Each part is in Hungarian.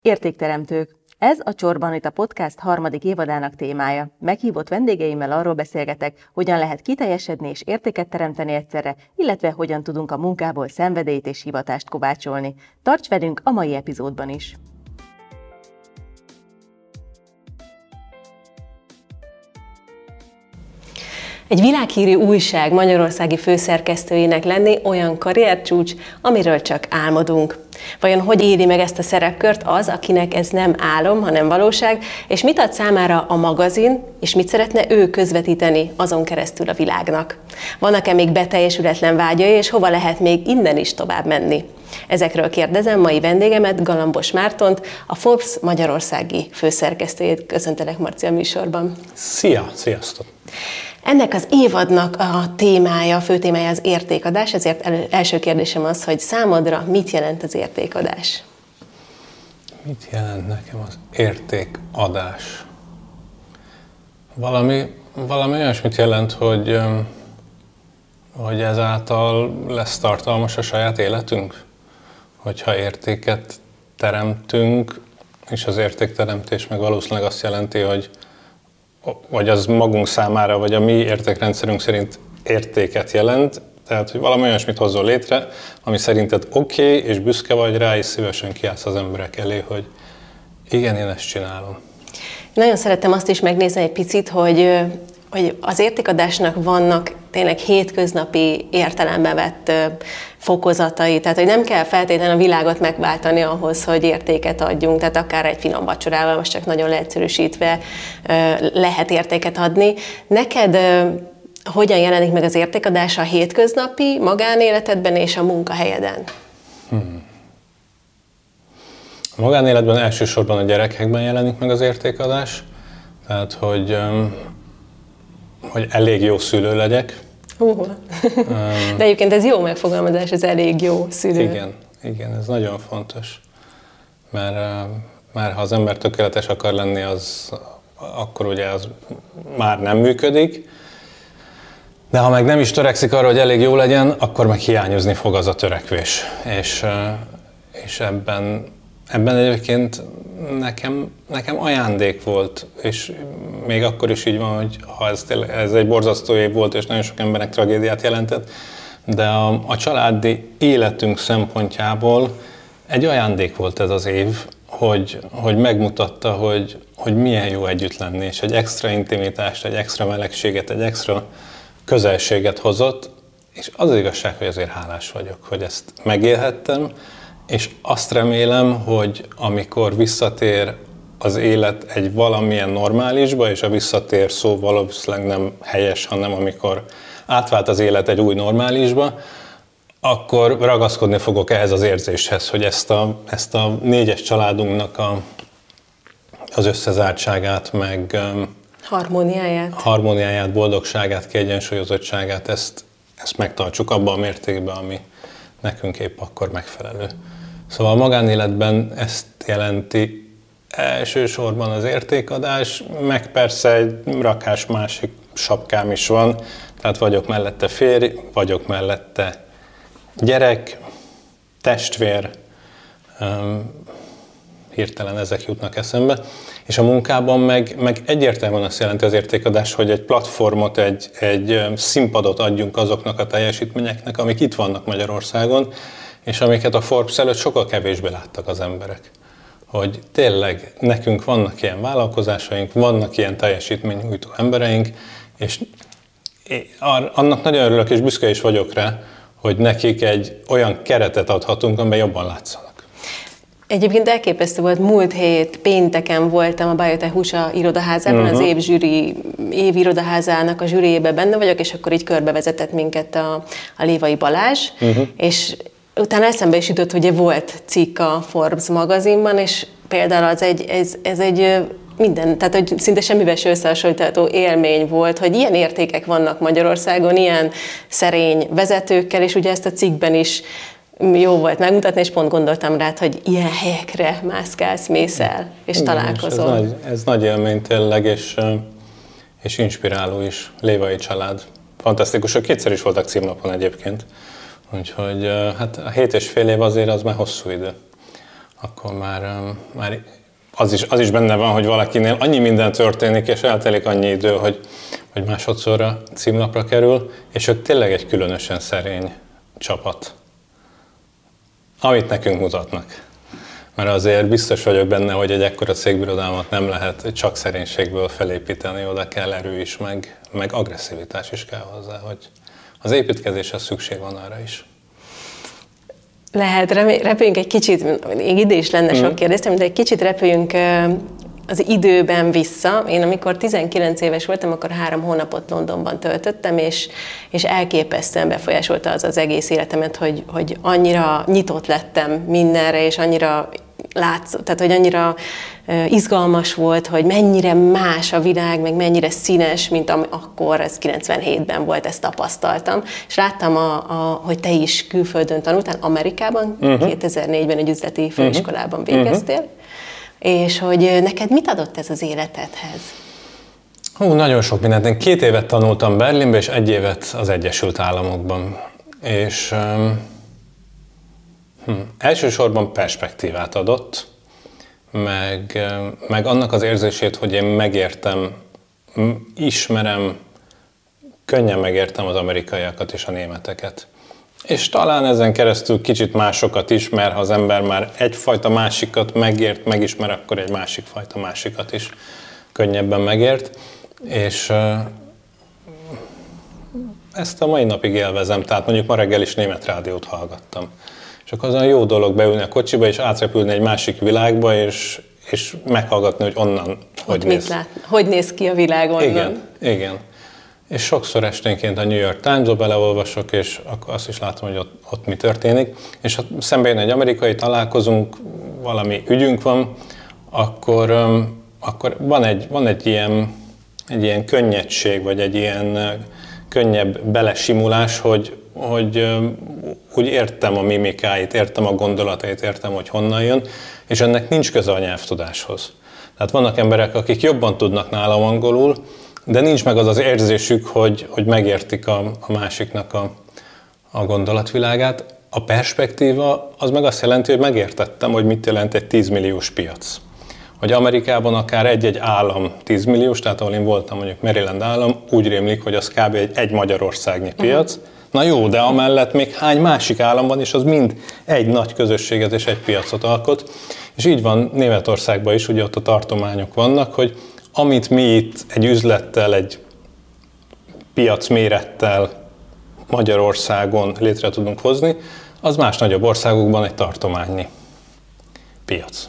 Értékteremtők. Ez a Csorban Itt a Podcast harmadik évadának témája. Meghívott vendégeimmel arról beszélgetek, hogyan lehet kiteljesedni és értéket teremteni egyszerre, illetve hogyan tudunk a munkából szenvedélyt és hivatást kovácsolni. Tarts velünk a mai epizódban is! Egy világhírű újság magyarországi főszerkesztőjének lenni olyan karriercsúcs, amiről csak álmodunk. Vajon hogy éli meg ezt a szerepkört az, akinek ez nem álom, hanem valóság, és mit ad számára a magazin, és mit szeretne ő közvetíteni azon keresztül a világnak? Vannak-e még beteljesületlen vágyai, és hova lehet még innen is tovább menni? Ezekről kérdezem mai vendégemet, Galambos Mártont, a Forbes magyarországi főszerkesztőjét. Köszöntelek, Marci, a műsorban. Szia! Sziasztok! Ennek az évadnak a témája, a fő témája az értékadás, ezért első kérdésem az, hogy számodra mit jelent az értékadás? Mit jelent nekem az értékadás? Valami olyasmit jelent, hogy ezáltal lesz tartalmas a saját életünk? Hogyha értéket teremtünk, és az értékteremtés meg valószínűleg azt jelenti, hogy az magunk számára, vagy a mi értékrendszerünk szerint értéket jelent, tehát, hogy valami olyasmit hozzon létre, ami szerinted oké, és büszke vagy rá, és szívesen kiállsz az emberek elé, hogy igen, én ezt csinálom. Nagyon szerettem azt is megnézni egy picit, hogy az értékadásnak vannak tényleg hétköznapi értelembe vett fokozatai, tehát hogy nem kell feltétlenül a világot megváltani ahhoz, hogy értéket adjunk, tehát akár egy finom vacsorával, most csak nagyon leegyszerűsítve lehet értéket adni. Neked hogyan jelenik meg az értékadás a hétköznapi magánéletedben és a munkahelyeden? A magánéletben elsősorban a gyerekekben jelenik meg az értékadás, tehát hogy elég jó szülő legyek. De egyébként ez jó megfogalmazás, ez elég jó szülő. Igen, ez nagyon fontos. Mert ha az ember tökéletes akar lenni, akkor ugye az már nem működik. De ha meg nem is törekszik arra, hogy elég jó legyen, akkor meg hiányozni fog az a törekvés. És ebben egyébként nekem ajándék volt, és még akkor is így van, hogy ha ez egy borzasztó év volt, és nagyon sok embernek tragédiát jelentett, de a családi életünk szempontjából egy ajándék volt ez az év, hogy megmutatta, hogy milyen jó együtt lenni, és egy extra intimitást, egy extra melegséget, egy extra közelséget hozott, és az igazság, hogy azért hálás vagyok, hogy ezt megélhettem, és azt remélem, hogy amikor visszatér az élet egy valamilyen normálisba, és a visszatér szó valószínűleg nem helyes, hanem amikor átvált az élet egy új normálisba, akkor ragaszkodni fogok ehhez az érzéshez, hogy ezt a négyes családunknak az összezártságát, meg harmóniáját, boldogságát, kiegyensúlyozottságát, ezt megtartsuk abban a mértékben, ami nekünk épp akkor megfelelő. Szóval a magánéletben ezt jelenti elsősorban az értékadás, meg persze egy rakás másik sapkám is van, tehát vagyok mellette férj, vagyok mellette gyerek, testvér, hirtelen ezek jutnak eszembe, és a munkában meg egyértelműen azt jelenti az értékadás, hogy egy platformot, egy színpadot adjunk azoknak a teljesítményeknek, amik itt vannak Magyarországon, és amiket a Forbes előtt sokkal kevésbé láttak az emberek. Hogy tényleg nekünk vannak ilyen vállalkozásaink, vannak ilyen teljesítménynyújtó embereink, és annak nagyon örülök, és büszke is vagyok rá, hogy nekik egy olyan keretet adhatunk, amely jobban látszanak. Egyébként elképesztő volt, múlt hét pénteken voltam a Biotech USA irodaházában, az év irodaházának a zsűriébe benne vagyok, és akkor így körbevezetett minket a Lévai Balázs, és utána eszembe is jutott, hogy volt cikk a Forbes magazinban, és például ez egy minden, tehát hogy szinte semmivel se összehasonlítható élmény volt, hogy ilyen értékek vannak Magyarországon, ilyen szerény vezetőkkel, és ugye ezt a cikkben is jó volt megmutatni, és pont gondoltam rád, hogy ilyen helyekre mászkálsz, mész el, és igen, találkozol. Ez nagy élmény tényleg, és inspiráló is. Lévai család. Fantasztikus, kétszer is voltak címlapon egyébként. Úgyhogy hát a 7,5 év azért az már hosszú idő. akkor már az is benne van, hogy valakinél annyi minden történik, és eltelik annyi idő, hogy másodszorra címlapra kerül, és ők tényleg egy különösen szerény csapat, amit nekünk mutatnak. Mert azért biztos vagyok benne, hogy egy ekkora cégbirodalmat nem lehet csak szerénységből felépíteni, oda kell erő is, meg agresszivitás is kell hozzá, hogy az építkezéshez szükség van arra is. Lehet, repüljünk egy kicsit, még ide is lenne sok kérdésem, de egy kicsit repüljünk az időben vissza. Én amikor 19 éves voltam, akkor 3 hónapot Londonban töltöttem, és elképesztően befolyásolta az egész életemet, hogy annyira nyitott lettem mindenre, és annyira tehát hogy annyira izgalmas volt, hogy mennyire más a világ, meg mennyire színes, mint akkor, ez 97-ben volt, ezt tapasztaltam. És láttam, hogy te is külföldön tanultál, Amerikában, 2004-ben egy üzleti főiskolában végeztél, és hogy neked mit adott ez az életedhez? Nagyon sok mindent. Én 2 évet tanultam Berlinben, és 1 évet az Egyesült Államokban. És elsősorban perspektívát adott, meg annak az érzését, hogy én megértem, ismerem, könnyen megértem az amerikaiakat és a németeket. És talán ezen keresztül kicsit másokat is, mert ha az ember már egyfajta másikat megért, megismer, akkor egy másik fajta másikat is könnyebben megért. És ezt a mai napig élvezem, tehát mondjuk ma reggel is német rádiót hallgattam. És akkor az olyan jó dolog beülni a kocsiba, és átrepülni egy másik világba, és meghallgatni, hogy onnan hogy néz. Hogy néz ki a világ onnan. Igen. És sokszor esténként a New York Times-ba beleolvasok, és akkor azt is látom, hogy ott mi történik. És ha szembe jön egy amerikai, találkozunk, valami ügyünk van, akkor van egy ilyen könnyedség, vagy egy ilyen könnyebb belesimulás, hogy úgy értem a mimikáit, értem a gondolatait, értem, hogy honnan jön, és ennek nincs köze a nyelvtudáshoz. Tehát vannak emberek, akik jobban tudnak nálam angolul, de nincs meg az az érzésük, hogy megértik a másiknak a gondolatvilágát. A perspektíva az meg azt jelenti, hogy megértettem, hogy mit jelent egy 10 milliós piac. Hogy Amerikában akár egy-egy állam 10 milliós, tehát ahol én voltam, mondjuk Maryland állam, úgy rémlik, hogy az kb. egy Magyarországnyi piac. Na jó, de amellett még hány másik állam van, és az mind egy nagy közösséget és egy piacot alkot. És így van Németországban is, ugye ott a tartományok vannak, hogy amit mi itt egy üzlettel, egy piacmérettel Magyarországon létre tudunk hozni, az más nagyobb országokban egy tartományi piac.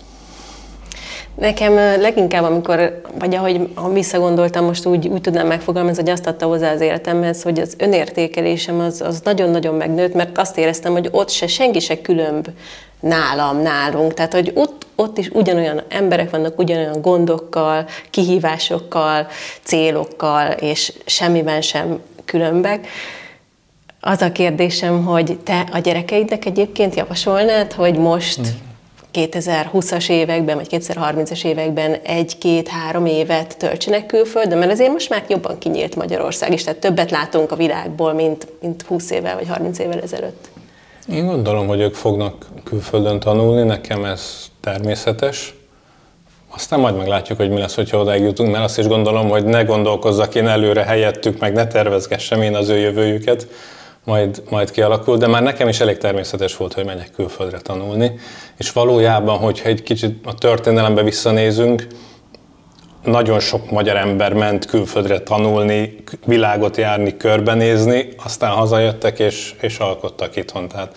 Nekem leginkább, amikor, vagy ahogy visszagondoltam, most úgy tudnám megfogalmazni, hogy azt adta hozzá az életemhez, hogy az önértékelésem az nagyon-nagyon megnőtt, mert azt éreztem, hogy ott senki se különb nálunk. Tehát, hogy ott is ugyanolyan emberek vannak, ugyanolyan gondokkal, kihívásokkal, célokkal, és semmiben sem különbek. Az a kérdésem, hogy te a gyerekeidnek egyébként javasolnád, hogy most 2020-as években, vagy 2030-as években 1-2-3 évet töltsenek külföldön, mert azért most már jobban kinyílt Magyarország is, tehát többet látunk a világból, mint 20 évvel vagy 30 évvel ezelőtt. Én gondolom, hogy ők fognak külföldön tanulni, nekem ez természetes. Aztán majd meglátjuk, hogy mi lesz, hogyha odáig jutunk, mert azt is gondolom, hogy ne gondolkozzak én előre helyettük, meg ne tervezgessem én az ő jövőjüket, majd kialakul, de már nekem is elég természetes volt, hogy megyek külföldre tanulni. És valójában, hogyha egy kicsit a történelembe visszanézünk, nagyon sok magyar ember ment külföldre tanulni, világot járni, körbenézni, aztán hazajöttek és alkottak itthon. Tehát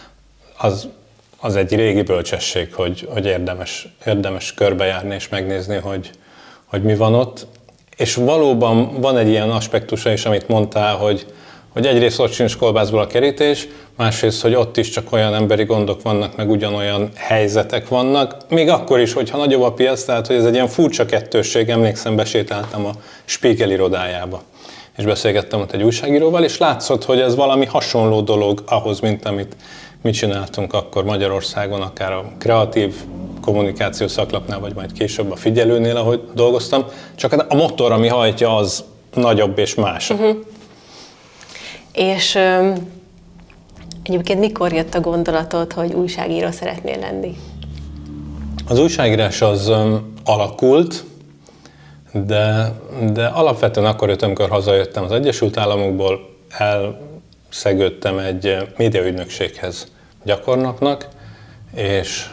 az egy régi bölcsesség, hogy érdemes körbejárni és megnézni, hogy mi van ott. És valóban van egy ilyen aspektusa is, amit mondtál, hogy egyrészt ott sincs kolbászból a kerítés, másrészt, hogy ott is csak olyan emberi gondok vannak, meg ugyanolyan helyzetek vannak, még akkor is, hogyha nagyobb a piac, tehát hogy ez egy ilyen furcsa kettősség, emlékszem, besétáltam a Spiegel irodájába, és beszélgettem ott egy újságíróval, és látszott, hogy ez valami hasonló dolog ahhoz, mint amit mi csináltunk akkor Magyarországon, akár a kreatív kommunikáció szaklapnál, vagy majd később a Figyelőnél, ahogy dolgoztam, csak a motor, ami hajtja, az nagyobb és más. És egyébként mikor jött a gondolatod, hogy újságíró szeretnél lenni? Az újságírás az alakult, de alapvetően akkor jött, amikor hazajöttem az Egyesült Államokból, elszegődtem egy médiaügynökséghez gyakornoknak, és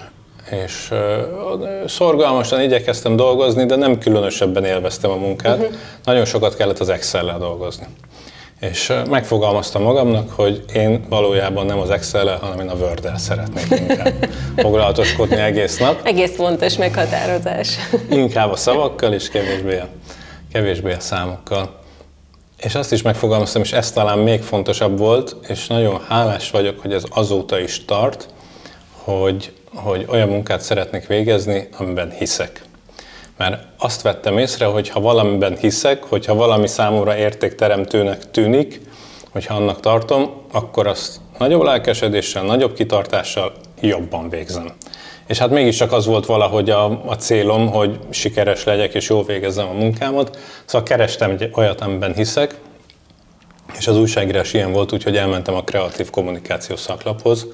szorgalmasan igyekeztem dolgozni, de nem különösebben élveztem a munkát. Nagyon sokat kellett az Excel-lel dolgozni. És megfogalmaztam magamnak, hogy én valójában nem az Excel-lel, hanem én a Word-el szeretnék inkább foglalatoskodni egész nap. Egész fontos meghatározás. Inkább a szavakkal, és kevésbé a számokkal. És azt is megfogalmaztam, és ez talán még fontosabb volt, és nagyon hálás vagyok, hogy ez azóta is tart, hogy olyan munkát szeretnék végezni, amiben hiszek. Mert azt vettem észre, hogy ha valamiben hiszek, hogyha valami számomra értékteremtőnek tűnik, hogyha annak tartom, akkor azt nagyobb lelkesedéssel, nagyobb kitartással jobban végzem. És hát mégiscsak az volt valahogy a célom, hogy sikeres legyek és jól végezzem a munkámat. Szóval kerestem egy olyat, amiben hiszek, és az újságírás ilyen volt, úgyhogy elmentem a kreatív kommunikációs szaklaphoz,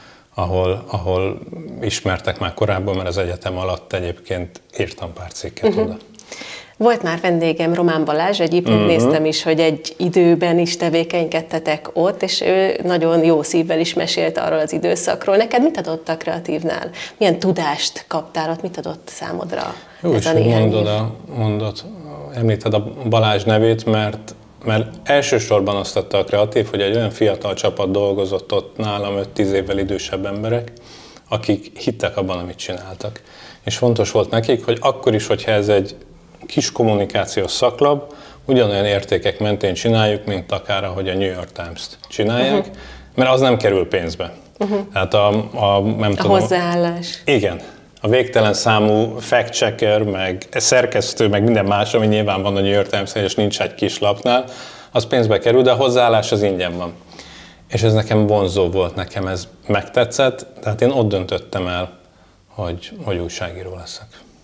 ahol ismertek már korábban, mert az egyetem alatt egyébként írtam pár cikket oda. Volt már vendégem, Román Balázs, egyébként néztem is, hogy egy időben is tevékenykedtetek ott, és ő nagyon jó szívvel is mesélt arról az időszakról. Neked mit adott a kreatívnál? Milyen tudást kaptál ott? Mit adott számodra ez a néhány év? Említed a Balázs nevét, mert elsősorban azt tette a kreatív, hogy egy olyan fiatal csapat dolgozott ott nálam 5-10 évvel idősebb emberek, akik hittek abban, amit csináltak. És fontos volt nekik, hogy akkor is, hogyha ez egy kis kommunikációs szaklap, ugyanolyan értékek mentén csináljuk, mint akár ahogy a New York Times-t csinálják, mert az nem kerül pénzbe. Tehát a hozzáállás. Igen. A végtelen számú fact-checker, meg szerkesztő, meg minden más, ami nyilván van a New York Times-nél, és nincs egy kis lapnál, az pénzbe kerül, de a hozzáállás az ingyen van. És ez nekem vonzó volt, nekem ez megtetszett, tehát én ott döntöttem el, hogy újságíró leszek.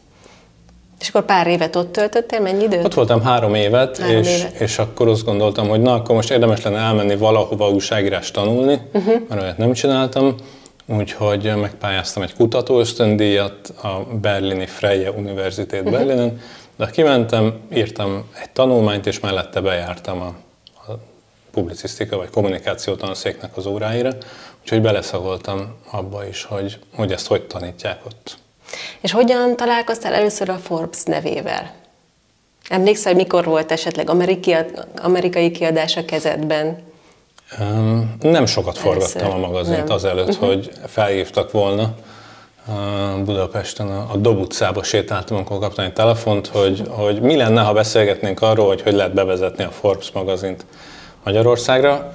És akkor pár évet ott töltöttél, mennyi időt? Ott voltam 3 évet, és akkor azt gondoltam, hogy na, akkor most érdemes lenne elmenni valahova újságírást tanulni, mert olyat nem csináltam, úgyhogy megpályáztam egy kutatóösztöndíjat a berlini Freie Universität Berlinen, de kimentem, írtam egy tanulmányt, és mellette bejártam a publicisztika vagy kommunikáció tanszéknek az óráira, úgyhogy beleszagoltam abba is, hogy ezt hogy tanítják ott. És hogyan találkoztál először a Forbes nevével? Emlékszel, hogy mikor volt esetleg amerikai kiadás a kezedben? Nem sokat forgattam a magazint azelőtt, hogy felhívtak volna. Budapesten a Dob utcába sétáltam, amikor kaptam egy telefont, hogy mi lenne, ha beszélgetnénk arról, hogy lehet bevezetni a Forbes magazint Magyarországra,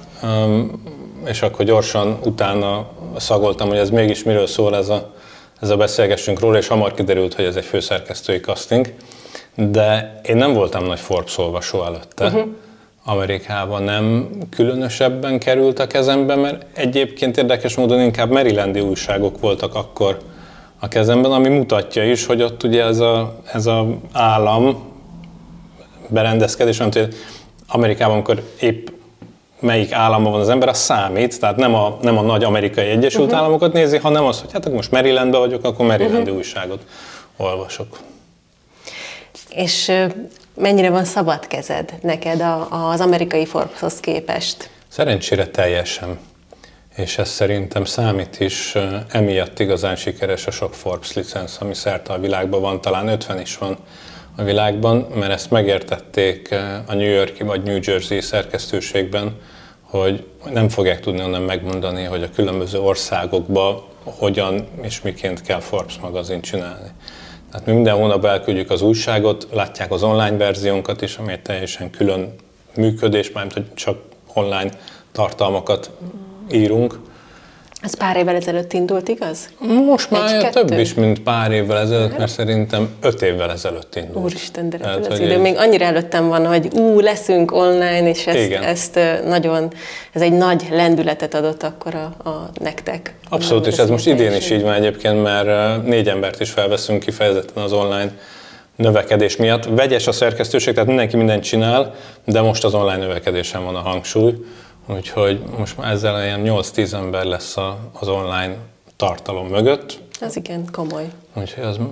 és akkor gyorsan utána szagoltam, hogy ez mégis miről szól ez a beszélgessünk róla, és hamar kiderült, hogy ez egy főszerkesztői casting, de én nem voltam nagy Forbes olvasó előtte. Amerikában nem különösebben került a kezembe, mert egyébként érdekes módon inkább marylandi újságok voltak akkor a kezemben, ami mutatja is, hogy ott ugye ez a állam berendezkedés, amit Amerikában, amikor épp melyik államban van az ember, az számít, tehát nem a nagy amerikai Egyesült Államokat nézi, hanem az, hogy hát akkor most Marylandben vagyok, akkor marylandi újságot olvasok. És mennyire van szabad kezed neked az amerikai Forbeshoz képest? Szerencsére teljesen. És ez szerintem számít is, emiatt igazán sikeres a sok Forbes licenc, ami szerte a világban van, talán 50 is van a világban, mert ezt megértették a New York-i vagy New Jersey szerkesztőségben, hogy nem fogják tudni onnan megmondani, hogy a különböző országokban hogyan és miként kell Forbes magazint csinálni. Tehát mi minden hónap elküldjük az újságot, látják az online verziónkat is, ami egy teljesen külön működés, mert hogy csak online tartalmakat írunk. Ez pár évvel ezelőtt indult, igaz? Most már több is, mint pár évvel ezelőtt, mert szerintem 5 évvel ezelőtt indult. Úristen, de repül az idő. Még annyira előttem van, hogy leszünk online, és ezt nagyon, ez egy nagy lendületet adott akkor a nektek. Abszolút, és ez most idén is így van egyébként, mert 4 embert is felveszünk kifejezetten az online növekedés miatt. Vegyes a szerkesztőség, tehát mindenki mindent csinál, de most az online növekedésen van a hangsúly. Úgyhogy most már ezzel ilyen 8-10 ember lesz az online tartalom mögött. Az igen, komoly. Úgyhogy az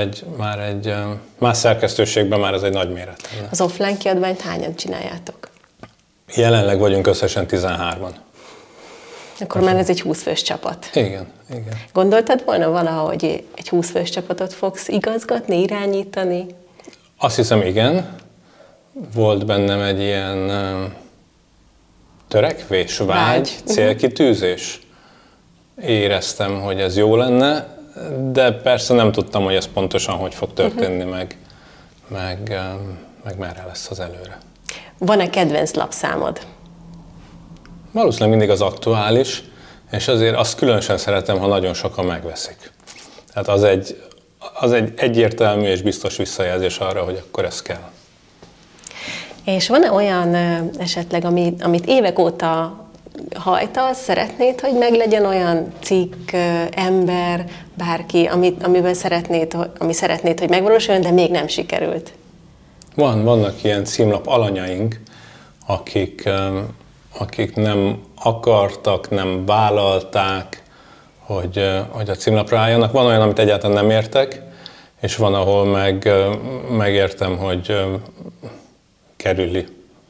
más szerkesztőségben már ez egy nagy méret. Az offline kiadványt hányan csináljátok? Jelenleg vagyunk összesen 13-an. Akkor már ez egy 20 fős csapat. Igen. Gondoltad volna valahogy egy 20 fős csapatot fogsz igazgatni, irányítani? Azt hiszem, igen. Volt bennem egy ilyen törekvés, vágy, célkitűzés. Éreztem, hogy ez jó lenne, de persze nem tudtam, hogy ez pontosan hogy fog történni, meg merre lesz az előre. Van-e kedvenc lapszámod? Valószínűleg mindig az aktuális, és azért azt különösen szeretem, ha nagyon sokan megveszik. Tehát az egy egyértelmű és biztos visszajelzés arra, hogy akkor ez kell. És van-e olyan esetleg, amit évek óta hajtasz, szeretnéd, hogy meglegyen olyan cikk, ember, bárki, ami szeretnéd, hogy megvalósuljon, de még nem sikerült? Vannak ilyen címlap alanyaink, akik nem akartak, nem vállalták, hogy a címlapra álljanak. Van olyan, amit egyáltalán nem értek, és van, ahol megértem, hogy kerüli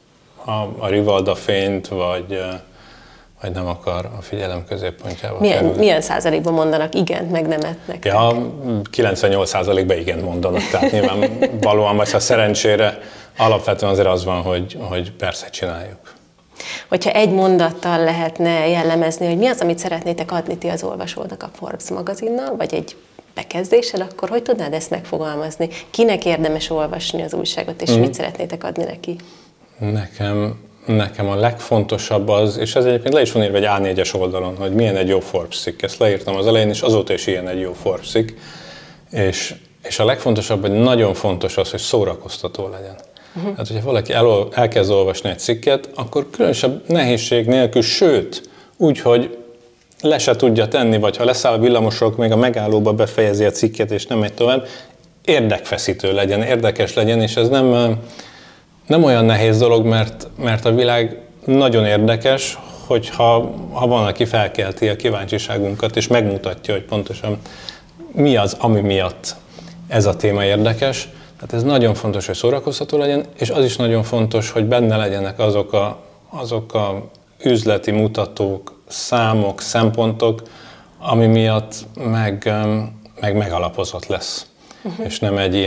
a rivalda fényt, vagy nem akar a figyelem középpontjába kerülni. Milyen százalékban mondanak igent, meg nemet nektek? Ja, 98%-ban igent mondanak, tehát nyilvánvalóan, vagy ha szerencsére, alapvetően azért az van, hogy persze csináljuk. Hogyha egy mondattal lehetne jellemezni, hogy mi az, amit szeretnétek adni ti az olvasónak a Forbes magazinnal, vagy egy bekezdéssel, akkor hogy tudnád ezt megfogalmazni? Kinek érdemes olvasni az újságot, és mit szeretnétek adni neki? Nekem a legfontosabb az, és ez egyébként le is van írva egy A4-es oldalon, hogy milyen egy jó Forbes cikk. Ezt leírtam az elején, és azóta is ilyen egy jó Forbes cikk. És a legfontosabb, hogy nagyon fontos az, hogy szórakoztató legyen. Tehát, hogyha valaki elkezd olvasni egy cikket, akkor különösebb nehézség nélkül, sőt, úgy, hogy le se tudja tenni, vagy ha leszáll a villamosról, még a megállóba befejezi a cikket, és nem megy tovább, érdekfeszítő legyen, érdekes legyen, és ez nem olyan nehéz dolog, mert a világ nagyon érdekes, hogyha van, aki felkelti a kíváncsiságunkat, és megmutatja, hogy pontosan mi az, ami miatt ez a téma érdekes. Tehát ez nagyon fontos, hogy szórakoztató legyen, és az is nagyon fontos, hogy benne legyenek azok a üzleti mutatók, számok, szempontok, ami miatt meg megalapozott lesz. És nem egy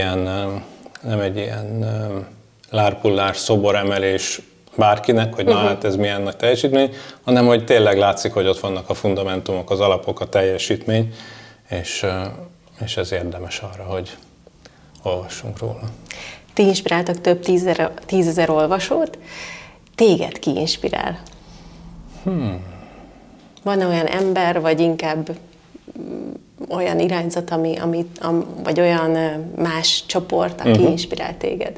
ilyen lárpullás, szoboremelés bárkinek, hogy na hát ez milyen nagy teljesítmény, hanem hogy tényleg látszik, hogy ott vannak a fundamentumok, az alapok, a teljesítmény, és ez érdemes arra, hogy olvassunk róla. Ti inspiráltak több 10 000 olvasót, téged ki inspirál? Van olyan ember, vagy inkább olyan irányzat, vagy olyan más csoport, aki inspirál téged?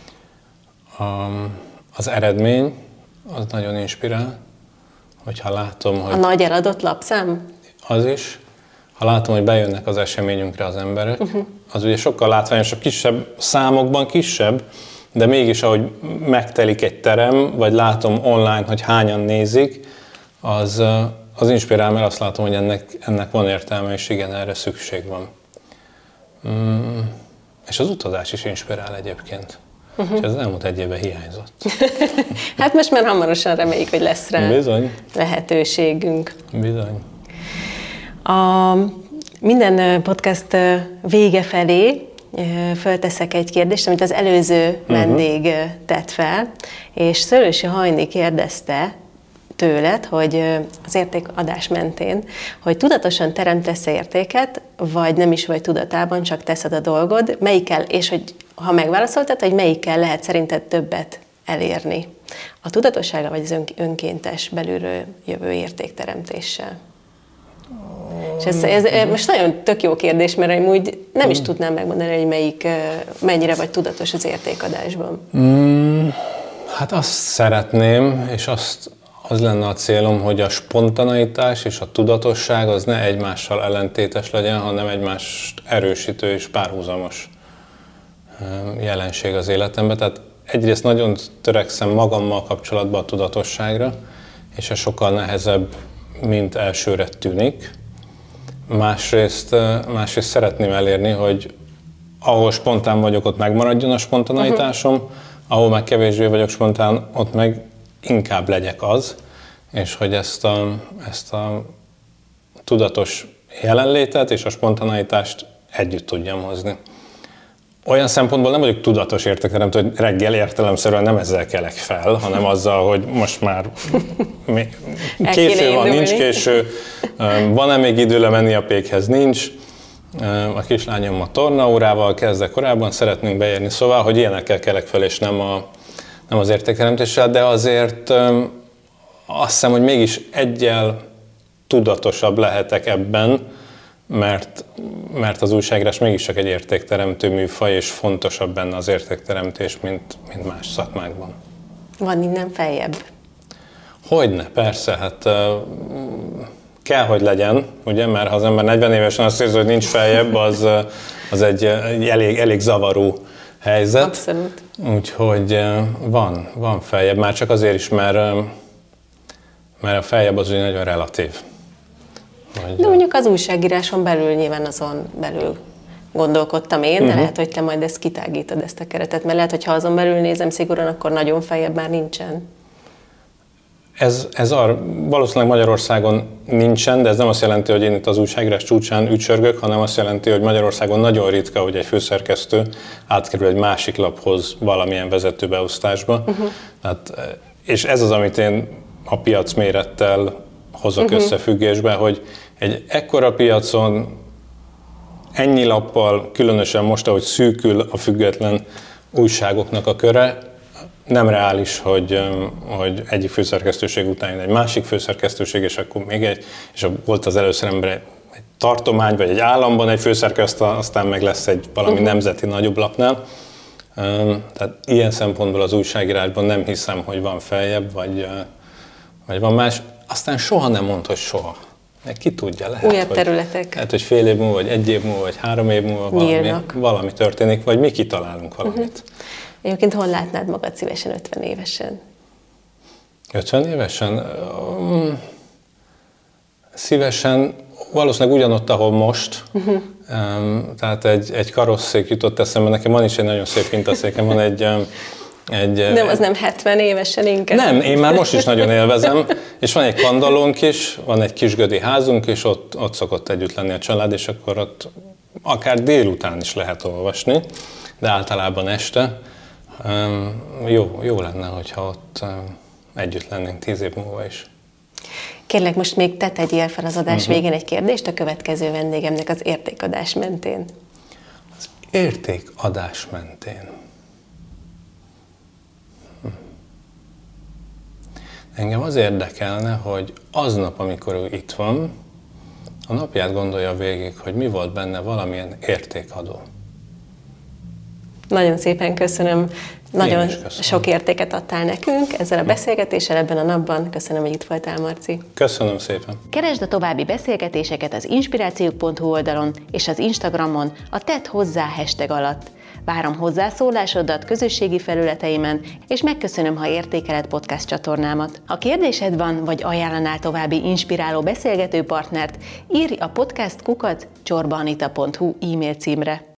Az eredmény, az nagyon inspirál, hogyha látom, hogy... A nagy eladott lapszám? Az is. Ha látom, hogy bejönnek az eseményünkre az emberek, az ugye sokkal látványosabb, kisebb számokban kisebb, de mégis ahogy megtelik egy terem, vagy látom online, hogy hányan nézik, az inspirál, mert azt látom, hogy ennek van értelme, és igen, erre szükség van. És az utazás is inspirál egyébként. És ez az elmúlt egy évben hiányzott. Hát most már hamarosan reméljük, hogy lesz rá lehetőségünk. Bizony. Minden podcast vége felé fölteszek egy kérdést, amit az előző vendég tett fel, és Szőlősi Hajni kérdezte tőled, hogy az értékadás mentén, hogy tudatosan teremtesz értéket, vagy nem is vagy tudatában, csak teszed a dolgod, melyikkel, és hogy ha megválaszoltad, hogy melyikkel lehet szerinted többet elérni? A tudatossága vagy az önkéntes belülről jövő értékteremtéssel? És ez most nagyon tök jó kérdés, mert amúgy nem is tudnám megmondani, hogy mennyire vagy tudatos az értékadásban. Hát azt szeretném, és az lenne a célom, hogy a spontaneitás és a tudatosság az ne egymással ellentétes legyen, hanem egymást erősítő és párhuzamos jelenség az életemben. Tehát egyrészt nagyon törekszem magammal kapcsolatban a tudatosságra, és ez sokkal nehezebb, mint elsőre tűnik. Másrészt szeretném elérni, hogy ahol spontán vagyok, ott megmaradjon a spontaneitásom, ahol meg kevésbé vagyok spontán, ott meg inkább legyek az, és hogy ezt a tudatos jelenlétet és a spontaneitást együtt tudjam hozni. Olyan szempontból nem vagyok tudatos értékteremtő, hogy reggel értelemszerűen nem ezzel kelek fel, hanem azzal, hogy most már késő van, nincs késő, van-e még idő lemenni a pékhez, nincs. A kislányom a tornaórával kezdek korábban, szeretnénk beérni, szóval, hogy ilyenekkel kelek fel, és nem az értékteremtéssel, de azért azt hiszem, hogy mégis egyel tudatosabb lehetek ebben, mert az újságírás mégiscsak egy értékteremtő műfaj, és fontosabb benne az értékteremtés, mint más szakmákban. Van innen feljebb? Hogyne, persze, hát kell, hogy legyen, ugye, mert ha az ember 40 évesen azt érzi, hogy nincs feljebb, az egy elég zavaró helyzet. Abszolút. Úgyhogy van feljebb, már csak azért is, mert a feljebb az ugye nagyon relatív. De mondjuk az újságíráson belül nyilván azon belül gondolkodtam én, de lehet, hogy te majd ezt kitágítod, ezt a keretet, mert lehet, hogy ha azon belül nézem szigorúan, akkor nagyon feljebb már nincsen. Ez valószínűleg Magyarországon nincsen, de ez nem azt jelenti, hogy én itt az újságírás csúcsán ücsörgök, hanem azt jelenti, hogy Magyarországon nagyon ritka, hogy egy főszerkesztő átkerül egy másik laphoz valamilyen vezetőbeosztásba. Hát, és ez az, amit én a piac mérettel hozok összefüggésbe, hogy egy ekkora piacon ennyi lappal, különösen most, ahogy szűkül a független újságoknak a köre, nem reális, hogy egyik főszerkesztőség után egy másik főszerkesztőség, és akkor még egy, és volt az először ember egy tartomány, vagy egy államban egy főszerkesztő, aztán meg lesz egy valami nemzeti nagyobb lapnál. Tehát ilyen szempontból az újságírásban nem hiszem, hogy van feljebb, vagy van más. Aztán soha nem mond, hogy soha. Ki tudja, újabb területek. Lehet, hogy fél év múlva, vagy egy év múlva, vagy 3 év múlva valami történik, vagy mi kitalálunk valamit. Egyébként hol látnád magad szívesen 50 évesen? 50 évesen? Szívesen valószínűleg ugyanott, ahol most. Tehát egy karosszék jutott eszembe. Nekem van is egy nagyon szép hintaszékem, van egy nem, az nem 70 évesen inkább. Nem, én már most is nagyon élvezem, és van egy kandallónk is, van egy kisgödi házunk, és ott szokott együtt lenni a család, és akkor ott akár délután is lehet olvasni, de általában este. Jó lenne, hogyha ott együtt lennénk 10 év múlva is. Kérlek, most még te tegyél fel az adás végén egy kérdést a következő vendégemnek az értékadás mentén. Az értékadás mentén. Engem az érdekelne, hogy aznap, amikor ő itt van, a napját gondolja végig, hogy mi volt benne valamilyen értékadó. Nagyon szépen köszönöm. Nagyon sok értéket adtál nekünk ezzel a beszélgetéssel ebben a napban. Köszönöm, hogy itt voltál, Marci. Köszönöm szépen. Keresd a további beszélgetéseket az inspirációk.hu oldalon és az Instagramon a Tedd hozzá hashtag alatt. Várom hozzászólásodat közösségi felületeimen, és megköszönöm, ha értékeled podcast csatornámat. Ha kérdésed van, vagy ajánlanál további inspiráló beszélgető partnert, írj a podcast@csorbaanita.hu e-mail címre.